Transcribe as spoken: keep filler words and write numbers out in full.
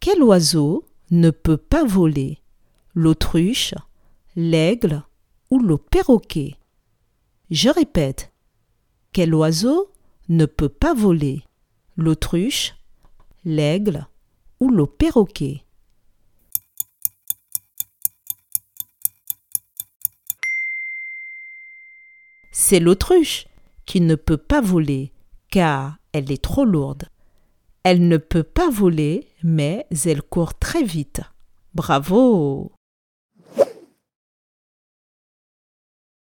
Quel oiseau ne peut pas voler? L'autruche, l'aigle ou le perroquet? Je répète. Quel oiseau ne peut pas voler? L'autruche, l'aigle ou le perroquet? C'est l'autruche qui ne peut pas voler car elle est trop lourde. Elle ne peut pas voler, mais elle court très vite. Bravo!